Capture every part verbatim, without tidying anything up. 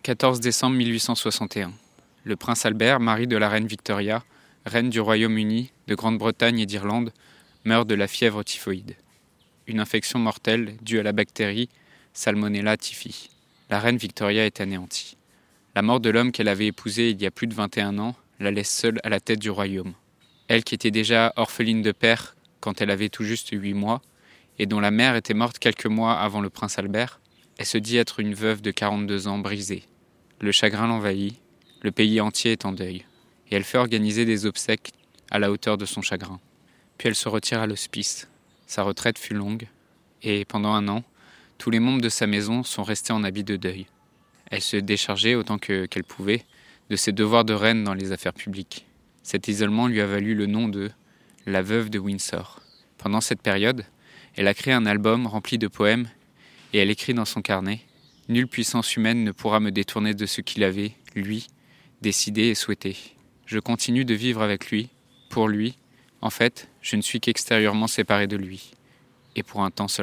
quatorze décembre mille huit cent soixante et un. Le prince Albert, mari de la reine Victoria, reine du Royaume-Uni, de Grande-Bretagne et d'Irlande, meurt de la fièvre typhoïde. Une infection mortelle due à la bactérie Salmonella typhi. La reine Victoria est anéantie. La mort de l'homme qu'elle avait épousé il y a plus de vingt et un ans la laisse seule à la tête du royaume. Elle qui était déjà orpheline de père quand elle avait tout juste huit mois, et dont la mère était morte quelques mois avant le prince Albert, elle se dit être une veuve de quarante-deux ans brisée. Le chagrin l'envahit, le pays entier est en deuil, et elle fait organiser des obsèques à la hauteur de son chagrin. Puis elle se retire à l'hospice. Sa retraite fut longue, et pendant un an, tous les membres de sa maison sont restés en habit de deuil. Elle se déchargeait autant que, qu'elle pouvait de ses devoirs de reine dans les affaires publiques. Cet isolement lui a valu le nom de « la veuve de Windsor ». Pendant cette période, elle a créé un album rempli de poèmes et elle écrit dans son carnet « Nulle puissance humaine ne pourra me détourner de ce qu'il avait, lui, décidé et souhaité. Je continue de vivre avec lui, pour lui. En fait, je ne suis qu'extérieurement séparé de lui, et pour un temps seulement. »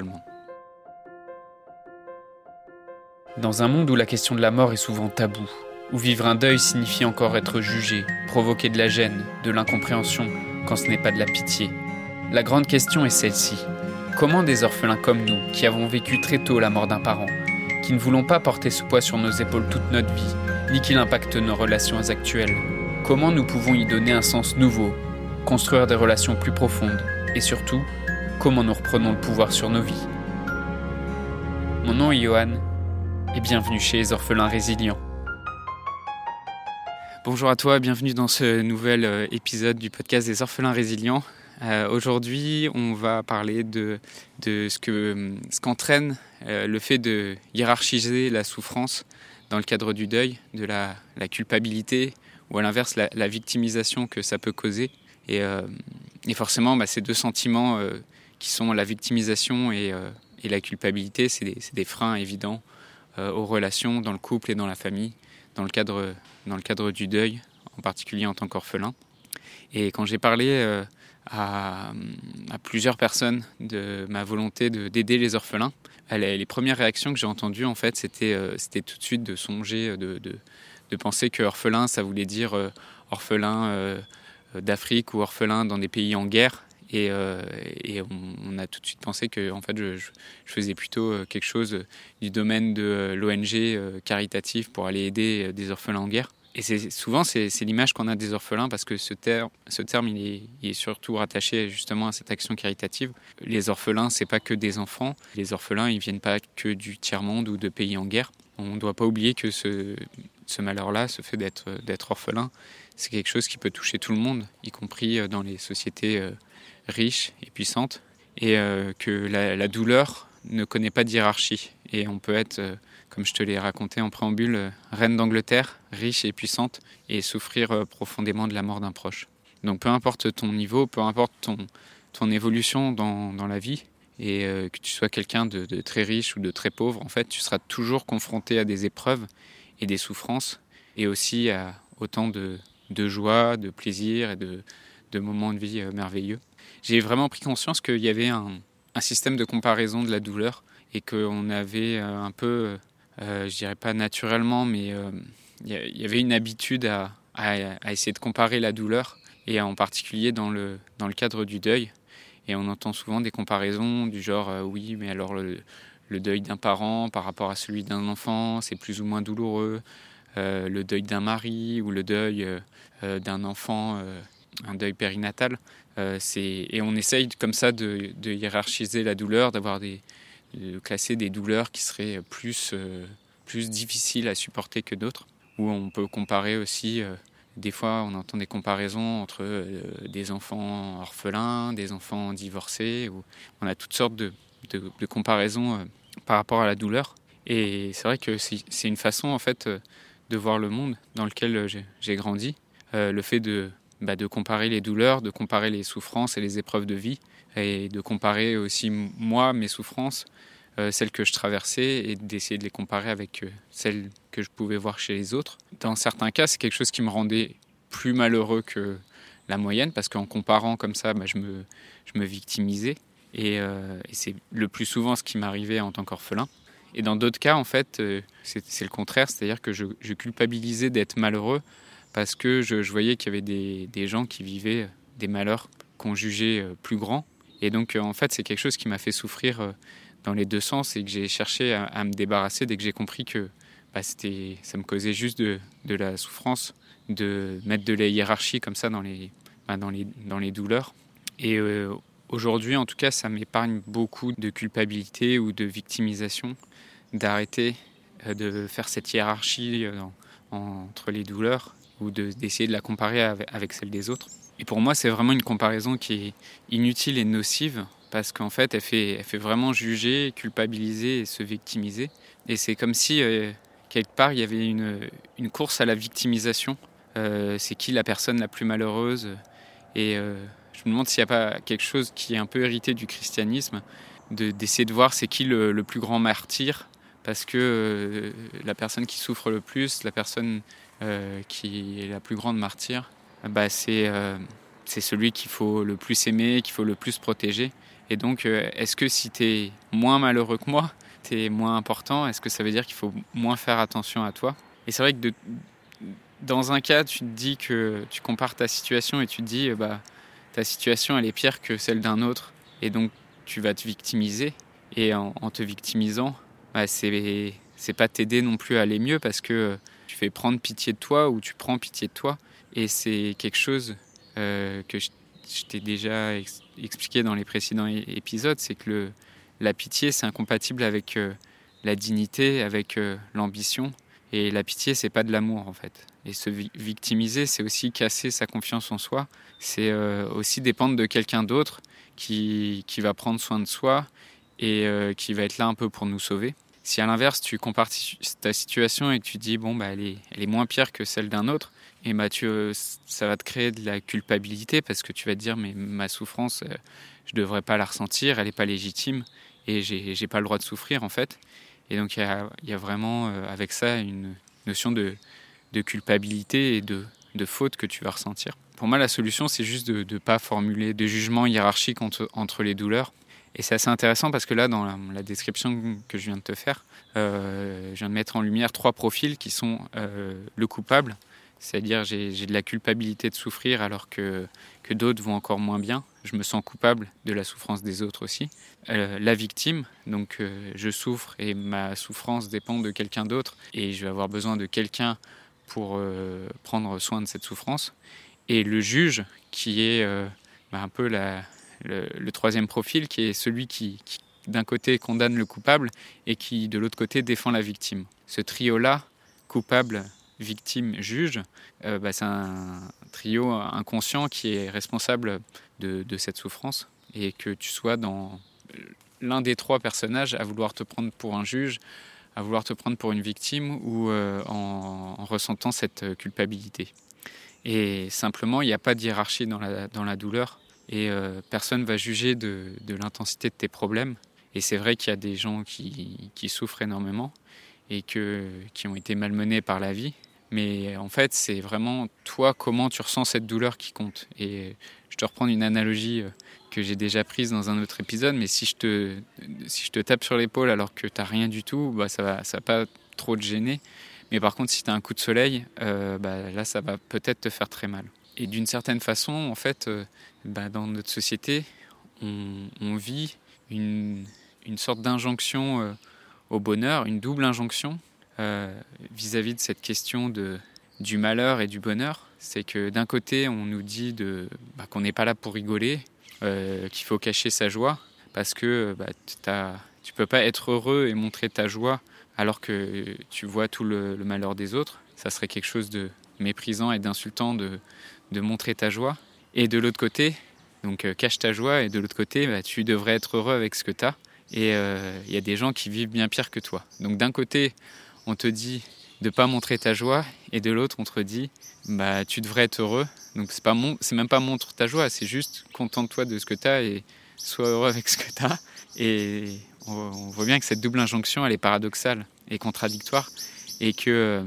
Dans un monde où la question de la mort est souvent taboue, où vivre un deuil signifie encore être jugé, provoquer de la gêne, de l'incompréhension, quand ce n'est pas de la pitié, la grande question est celle-ci. Comment des orphelins comme nous, qui avons vécu très tôt la mort d'un parent, qui ne voulons pas porter ce poids sur nos épaules toute notre vie, ni qu'il impacte nos relations actuelles, comment nous pouvons y donner un sens nouveau, construire des relations plus profondes, et surtout, comment nous reprenons le pouvoir sur nos vies. Mon nom est Johan, et bienvenue chez les Orphelins Résilients. Bonjour à toi, bienvenue dans ce nouvel épisode du podcast des Orphelins Résilients. Euh, aujourd'hui, on va parler de, de ce, que, ce qu'entraîne euh, le fait de hiérarchiser la souffrance dans le cadre du deuil, de la, la culpabilité ou à l'inverse la, la victimisation que ça peut causer. Et, euh, et forcément, bah, ces deux sentiments euh, qui sont la victimisation et, euh, et la culpabilité, c'est des, c'est des freins évidents euh, aux relations dans le couple et dans la famille, dans le cadre, dans le cadre du deuil, en particulier en tant qu'orphelin. Et quand j'ai parlé euh, à, à plusieurs personnes de ma volonté de, d'aider les orphelins, les, les premières réactions que j'ai entendues, en fait, c'était, euh, c'était tout de suite de songer, de, de, de penser que orphelin, ça voulait dire euh, orphelin euh, d'Afrique ou orphelin dans des pays en guerre. Et, euh, et on, on a tout de suite pensé que en fait, je, je, je faisais plutôt quelque chose du domaine de l'O N G caritative pour aller aider des orphelins en guerre. Et c'est, souvent, c'est, c'est l'image qu'on a des orphelins parce que ce terme, ce terme il est, il est surtout rattaché justement à cette action caritative. Les orphelins, c'est pas que des enfants. Les orphelins, ils viennent pas que du tiers-monde ou de pays en guerre. On ne doit pas oublier que ce, ce malheur-là, ce fait d'être, d'être orphelin, c'est quelque chose qui peut toucher tout le monde, y compris dans les sociétés euh, riches et puissantes. Et euh, que la, la douleur ne connaît pas de hiérarchie. Et on peut être... Euh, comme je te l'ai raconté en préambule, reine d'Angleterre, riche et puissante, et souffrir profondément de la mort d'un proche. Donc peu importe ton niveau, peu importe ton, ton évolution dans, dans la vie, et euh, que tu sois quelqu'un de, de très riche ou de très pauvre, en fait, tu seras toujours confronté à des épreuves et des souffrances, et aussi à autant de, de joie, de plaisir et de, de moments de vie merveilleux. J'ai vraiment pris conscience qu'il y avait un, un système de comparaison de la douleur, et qu'on avait un peu... Euh, je dirais pas naturellement, mais il euh, y, y avait une habitude à, à, à essayer de comparer la douleur, et en particulier dans le, dans le cadre du deuil. Et on entend souvent des comparaisons du genre euh, oui, mais alors le, le deuil d'un parent par rapport à celui d'un enfant, c'est plus ou moins douloureux. Euh, le deuil d'un mari ou le deuil euh, d'un enfant, euh, un deuil périnatal. Euh, c'est... Et on essaye comme ça de, de hiérarchiser la douleur, d'avoir des de classer des douleurs qui seraient plus, euh, plus difficiles à supporter que d'autres, où on peut comparer aussi, euh, des fois on entend des comparaisons entre euh, des enfants orphelins, des enfants divorcés, où on a toutes sortes de, de, de comparaisons euh, par rapport à la douleur. Et c'est vrai que c'est, c'est une façon en fait euh, de voir le monde dans lequel j'ai, j'ai grandi, euh, le fait de, bah, de comparer les douleurs, de comparer les souffrances et les épreuves de vie, et de comparer aussi moi, mes souffrances, euh, celles que je traversais, et d'essayer de les comparer avec euh, celles que je pouvais voir chez les autres. Dans certains cas, c'est quelque chose qui me rendait plus malheureux que la moyenne, parce qu'en comparant comme ça, bah, je, me, je me victimisais. Et, euh, et c'est le plus souvent ce qui m'arrivait en tant qu'orphelin. Et dans d'autres cas, en fait, euh, c'est, c'est le contraire, c'est-à-dire que je, je culpabilisais d'être malheureux parce que je, je voyais qu'il y avait des, des gens qui vivaient des malheurs qu'on jugeait euh, plus grands. Et donc, euh, en fait, c'est quelque chose qui m'a fait souffrir euh, dans les deux sens et que j'ai cherché à, à me débarrasser dès que j'ai compris que bah, c'était, ça me causait juste de, de la souffrance, de mettre de la hiérarchie comme ça dans les, bah, dans les, dans les douleurs. Et euh, aujourd'hui, en tout cas, ça m'épargne beaucoup de culpabilité ou de victimisation, d'arrêter euh, de faire cette hiérarchie euh, en, entre les douleurs ou de, d'essayer de la comparer avec, avec celle des autres. Et pour moi, c'est vraiment une comparaison qui est inutile et nocive parce qu'en fait, elle fait, elle fait vraiment juger, culpabiliser et se victimiser. Et c'est comme si, euh, quelque part, il y avait une, une course à la victimisation. Euh, c'est qui la personne la plus malheureuse ? Et euh, je me demande s'il n'y a pas quelque chose qui est un peu hérité du christianisme, de, d'essayer de voir c'est qui le, le plus grand martyr, parce que euh, la personne qui souffre le plus, la personne euh, qui est la plus grande martyr, bah c'est, euh, c'est celui qu'il faut le plus aimer, qu'il faut le plus protéger. Et donc, euh, est-ce que si tu es moins malheureux que moi, tu es moins important ? Est-ce que ça veut dire qu'il faut moins faire attention à toi ? Et c'est vrai que de, dans un cas, tu te dis que tu compares ta situation et tu te dis bah, ta situation elle est pire que celle d'un autre. Et donc, tu vas te victimiser. Et en, en te victimisant, bah, c'est, c'est pas t'aider non plus à aller mieux parce que tu fais prendre pitié de toi ou tu prends pitié de toi. Et c'est quelque chose euh, que je, je t'ai déjà ex- expliqué dans les précédents é- épisodes, c'est que le, la pitié, c'est incompatible avec euh, la dignité, avec euh, l'ambition. Et la pitié, c'est pas de l'amour, en fait. Et se vi- victimiser, c'est aussi casser sa confiance en soi. C'est euh, aussi dépendre de quelqu'un d'autre qui, qui va prendre soin de soi et euh, qui va être là un peu pour nous sauver. Si à l'inverse, tu compares ta situation et que tu dis, bon, bah, elle est, elle est moins pire que celle d'un autre, et bah, tu, euh, ça va te créer de la culpabilité parce que tu vas te dire, mais ma souffrance, euh, je ne devrais pas la ressentir, elle n'est pas légitime et j'ai, j'ai pas le droit de souffrir, en fait. Et donc, il y a, y a vraiment, euh, avec ça, une notion de, de culpabilité et de, de faute que tu vas ressentir. Pour moi, la solution, c'est juste de ne pas formuler de jugement hiérarchique entre, entre les douleurs. Et c'est assez intéressant parce que là, dans la, la description que je viens de te faire, euh, je viens de mettre en lumière trois profils qui sont euh, le coupable, c'est-à-dire j'ai, j'ai de la culpabilité de souffrir alors que, que d'autres vont encore moins bien. Je me sens coupable de la souffrance des autres aussi. Euh, la victime, donc euh, je souffre et ma souffrance dépend de quelqu'un d'autre et je vais avoir besoin de quelqu'un pour euh, prendre soin de cette souffrance. Et le juge qui est euh, bah, un peu la... Le, le troisième profil qui est celui qui, qui, d'un côté, condamne le coupable et qui, de l'autre côté, défend la victime. Ce trio-là, coupable, victime, juge, euh, bah, c'est un trio inconscient qui est responsable de, de cette souffrance et que tu sois dans l'un des trois personnages à vouloir te prendre pour un juge, à vouloir te prendre pour une victime ou euh, en, en ressentant cette culpabilité. Et simplement, il n'y a pas de hiérarchie dans la, dans la douleur. Et euh, personne ne va juger de, de l'intensité de tes problèmes. Et c'est vrai qu'il y a des gens qui, qui souffrent énormément et que, qui ont été malmenés par la vie. Mais en fait, c'est vraiment toi, comment tu ressens cette douleur qui compte. Et je te reprends une analogie que j'ai déjà prise dans un autre épisode, mais si je te, si je te tape sur l'épaule alors que tu n'as rien du tout, bah ça ne va, ça va pas trop te gêner. Mais par contre, si tu as un coup de soleil, euh, bah là, ça va peut-être te faire très mal. Et d'une certaine façon, en fait, euh, bah, dans notre société, on, on vit une, une sorte d'injonction euh, au bonheur, une double injonction euh, vis-à-vis de cette question de, du malheur et du bonheur. C'est que d'un côté, on nous dit de, bah, qu'on n'est pas là pour rigoler, euh, qu'il faut cacher sa joie, parce que bah, tu ne peux pas être heureux et montrer ta joie alors que tu vois tout le, le malheur des autres. Ça serait quelque chose de méprisant et d'insultant de, de montrer ta joie. Et de l'autre côté, donc euh, cache ta joie, et de l'autre côté, bah, tu devrais être heureux avec ce que tu as. Et il euh, y a des gens qui vivent bien pire que toi. Donc d'un côté, on te dit de ne pas montrer ta joie, et de l'autre, on te dit bah, tu devrais être heureux. Donc c'est, pas mon, c'est même pas montre ta joie, c'est juste contente-toi de ce que tu as et sois heureux avec ce que tu as. Et on, on voit bien que cette double injonction, elle est paradoxale et contradictoire. Et que, euh,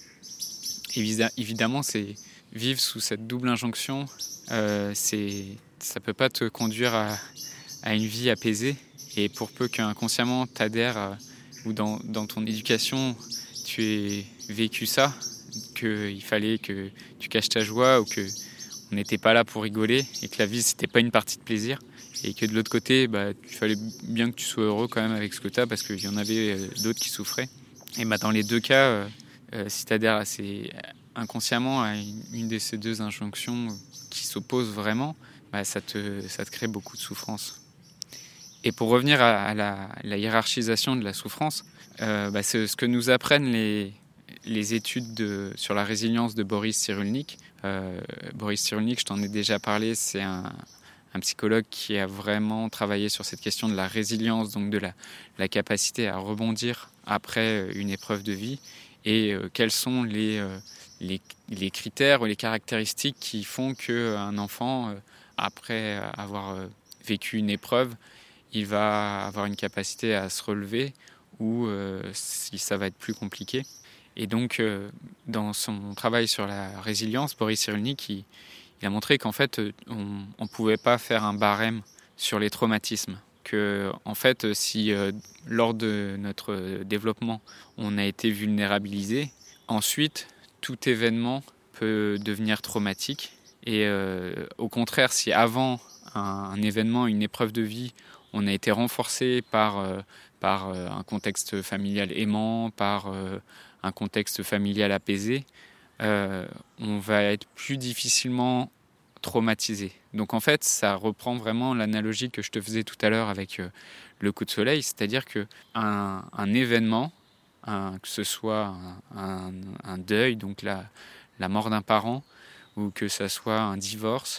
évidemment, c'est vivre sous cette double injonction, euh, c'est, ça ne peut pas te conduire à, à une vie apaisée. Et pour peu qu'inconsciemment tu adhères ou dans, dans ton éducation, tu aies vécu ça, qu'il fallait que tu caches ta joie ou que on n'était pas là pour rigoler et que la vie, c'était pas une partie de plaisir. Et que de l'autre côté, bah, il fallait bien que tu sois heureux quand même avec ce que tu as parce qu'il y en avait euh, d'autres qui souffraient. Et bah, dans les deux cas, euh, euh, si tu adhères assez inconsciemment à une, une de ces deux injonctions qui s'opposent vraiment, bah, ça, te, ça te crée beaucoup de souffrance. Et pour revenir à, à, la, à la hiérarchisation de la souffrance, euh, bah, c'est ce que nous apprennent les, les études de, sur la résilience de Boris Cyrulnik. Euh, Boris Cyrulnik, je t'en ai déjà parlé, c'est un... un psychologue qui a vraiment travaillé sur cette question de la résilience, donc de la, la capacité à rebondir après une épreuve de vie, et euh, quels sont les, euh, les, les critères ou les caractéristiques qui font qu'un enfant, euh, après avoir euh, vécu une épreuve, il va avoir une capacité à se relever ou euh, si ça va être plus compliqué. Et donc, euh, dans son travail sur la résilience, Boris Cyrulnik, il, il a montré qu'en fait, on ne pouvait pas faire un barème sur les traumatismes. Que, en fait, si euh, lors de notre développement, on a été vulnérabilisé, ensuite, tout événement peut devenir traumatique. Et euh, au contraire, si avant un, un événement, une épreuve de vie, on a été renforcé par, euh, par euh, un contexte familial aimant, par euh, un contexte familial apaisé, Euh, on va être plus difficilement traumatisé. Donc en fait, ça reprend vraiment l'analogie que je te faisais tout à l'heure avec euh, le coup de soleil, c'est-à-dire que un, un événement, un, que ce soit un, un, un deuil, donc la, la mort d'un parent, ou que ce soit un divorce,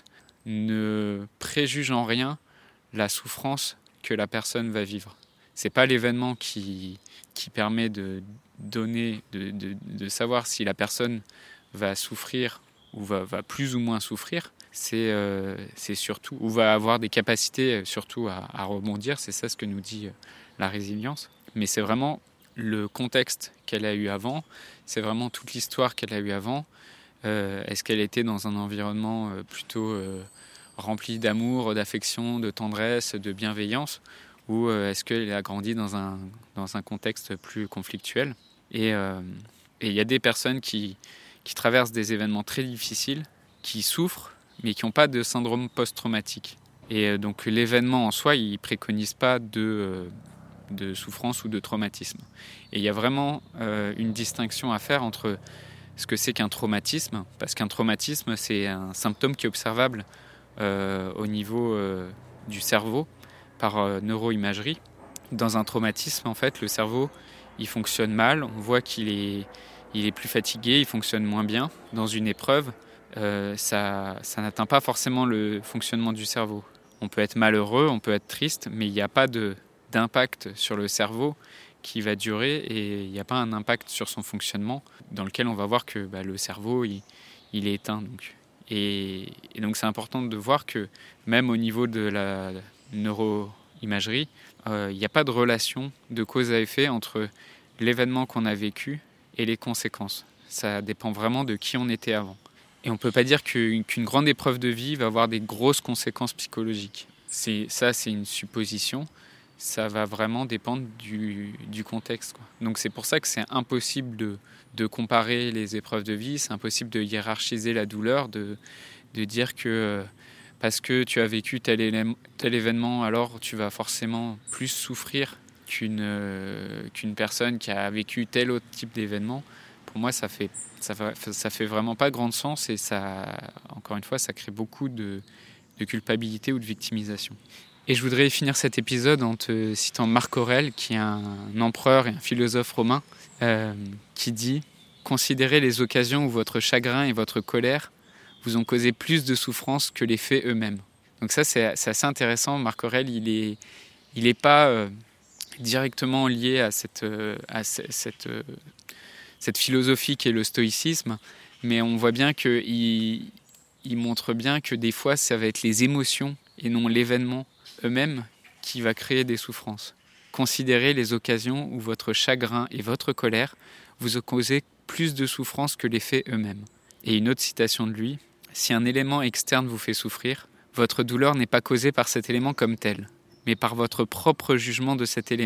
ne préjuge en rien la souffrance que la personne va vivre. C'est pas l'événement qui, qui permet de donner, de, de, de savoir si la personne va souffrir ou va, va plus ou moins souffrir, c'est, euh, c'est surtout, ou va avoir des capacités surtout à, à rebondir, c'est ça ce que nous dit la résilience. Mais c'est vraiment le contexte qu'elle a eu avant, c'est vraiment toute l'histoire qu'elle a eu avant. Euh, est-ce qu'elle était dans un environnement plutôt euh, rempli d'amour, d'affection, de tendresse, de bienveillance, ou euh, est-ce qu'elle a grandi dans un, dans un contexte plus conflictuel. Et euh, il y a des personnes qui, qui traversent des événements très difficiles, qui souffrent, mais qui n'ont pas de syndrome post-traumatique. Et euh, donc l'événement en soi, il ne préconise pas de, euh, de souffrance ou de traumatisme. Et il y a vraiment euh, une distinction à faire entre ce que c'est qu'un traumatisme, parce qu'un traumatisme, c'est un symptôme qui est observable euh, au niveau euh, du cerveau, par euh, neuroimagerie. Dans un traumatisme, en fait, le cerveau, il fonctionne mal. On voit qu'il est, il est plus fatigué, il fonctionne moins bien. Dans une épreuve, euh, ça, ça n'atteint pas forcément le fonctionnement du cerveau. On peut être malheureux, on peut être triste, mais il n'y a pas de, d'impact sur le cerveau qui va durer et il n'y a pas un impact sur son fonctionnement dans lequel on va voir que bah, le cerveau, il, il est éteint. Donc. Et, et donc c'est important de voir que même au niveau de la neuroimagerie, euh, il n'y a pas de relation de cause à effet entre l'événement qu'on a vécu et les conséquences. Ça dépend vraiment de qui on était avant. Et on ne peut pas dire qu'une, qu'une grande épreuve de vie va avoir des grosses conséquences psychologiques. C'est, ça, c'est une supposition. Ça va vraiment dépendre du, du contexte, quoi. Donc c'est pour ça que c'est impossible de, de comparer les épreuves de vie, c'est impossible de hiérarchiser la douleur, de, de dire que parce que tu as vécu tel, élé- tel événement, alors tu vas forcément plus souffrir qu'une, euh, qu'une personne qui a vécu tel autre type d'événement. Pour moi, ça fait, ça, ça fait vraiment pas grand sens et ça, encore une fois, ça crée beaucoup de, de culpabilité ou de victimisation. Et je voudrais finir cet épisode en te citant Marc Aurèle, qui est un empereur et un philosophe romain, euh, qui dit « Considérez les occasions où votre chagrin et votre colère vous ont causé plus de souffrance que les faits eux-mêmes. » Donc ça, c'est, c'est assez intéressant. Marc Aurèle, il est, il est pas euh, directement lié à cette, euh, à cette, cette, euh, cette philosophie qui est le stoïcisme, mais on voit bien qu'il il montre bien que des fois, ça va être les émotions et non l'événement eux-mêmes qui va créer des souffrances. Considérez les occasions où votre chagrin et votre colère vous ont causé plus de souffrance que les faits eux-mêmes. Et une autre citation de lui, « Si un élément externe vous fait souffrir, votre douleur n'est pas causée par cet élément comme tel, mais par votre propre jugement de cet élément,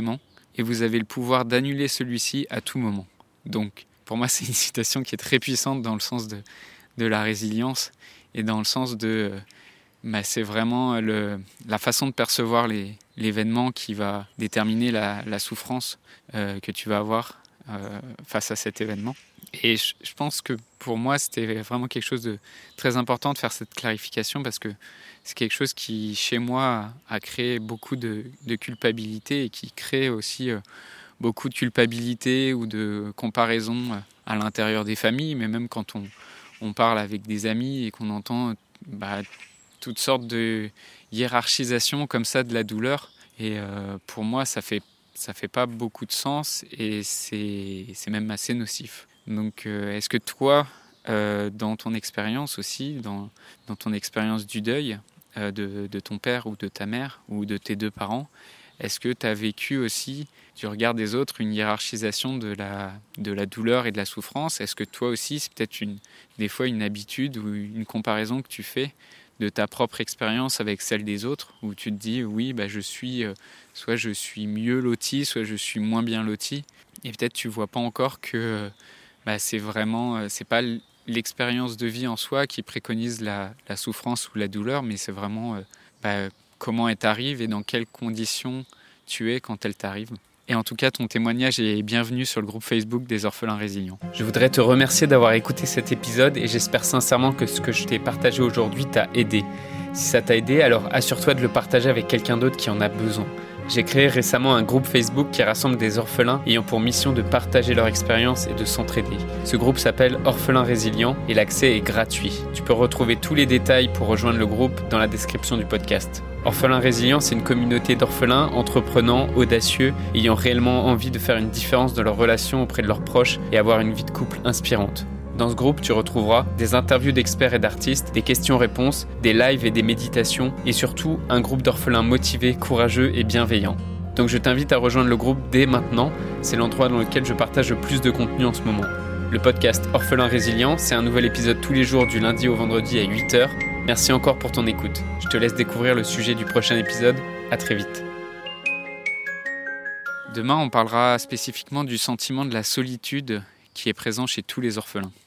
et vous avez le pouvoir d'annuler celui-ci à tout moment. Donc, pour moi, c'est une citation qui est très puissante dans le sens de, de la résilience et dans le sens de... Bah, c'est vraiment le, la façon de percevoir les, l'événement qui va déterminer la, la souffrance euh, que tu vas avoir euh, face à cet événement. Et je, je pense que pour moi, c'était vraiment quelque chose de très important de faire cette clarification parce que c'est quelque chose qui, chez moi, a créé beaucoup de, de culpabilité et qui crée aussi euh, beaucoup de culpabilité ou de comparaison à l'intérieur des familles, mais même quand on, on parle avec des amis et qu'on entend... Bah, toutes sortes de hiérarchisation comme ça de la douleur. Et euh, pour moi, ça fait, ça fait pas beaucoup de sens et c'est, c'est même assez nocif. Donc, euh, est-ce que toi, euh, dans ton expérience aussi, dans, dans ton expérience du deuil euh, de, de ton père ou de ta mère ou de tes deux parents, est-ce que tu as vécu aussi, du regard des autres, une hiérarchisation de la, de la douleur et de la souffrance ? Est-ce que toi aussi, c'est peut-être une, des fois une habitude ou une comparaison que tu fais de ta propre expérience avec celle des autres, où tu te dis oui, bah, je suis, euh, soit je suis mieux loti, soit je suis moins bien loti, et peut-être tu vois pas encore que bah, c'est vraiment, euh, c'est pas l'expérience de vie en soi qui préconise la, la souffrance ou la douleur, mais c'est vraiment euh, bah, comment elle t'arrive et dans quelles conditions tu es quand elle t'arrive. Et en tout cas, ton témoignage est bienvenu sur le groupe Facebook des Orphelins Résilients. Je voudrais te remercier d'avoir écouté cet épisode et j'espère sincèrement que ce que je t'ai partagé aujourd'hui t'a aidé. Si ça t'a aidé, alors assure-toi de le partager avec quelqu'un d'autre qui en a besoin. J'ai créé récemment un groupe Facebook qui rassemble des orphelins ayant pour mission de partager leur expérience et de s'entraider. Ce groupe s'appelle Orphelins Résilients et l'accès est gratuit. Tu peux retrouver tous les détails pour rejoindre le groupe dans la description du podcast. Orphelins Résilients, c'est une communauté d'orphelins entreprenants, audacieux, ayant réellement envie de faire une différence dans leurs relations auprès de leurs proches et avoir une vie de couple inspirante. Dans ce groupe, tu retrouveras des interviews d'experts et d'artistes, des questions-réponses, des lives et des méditations, et surtout un groupe d'orphelins motivés, courageux et bienveillants. Donc je t'invite à rejoindre le groupe dès maintenant, c'est l'endroit dans lequel je partage le plus de contenu en ce moment. Le podcast Orphelins Résilients, c'est un nouvel épisode tous les jours du lundi au vendredi à huit heures. Merci encore pour ton écoute. Je te laisse découvrir le sujet du prochain épisode. À très vite. Demain, on parlera spécifiquement du sentiment de la solitude qui est présent chez tous les orphelins.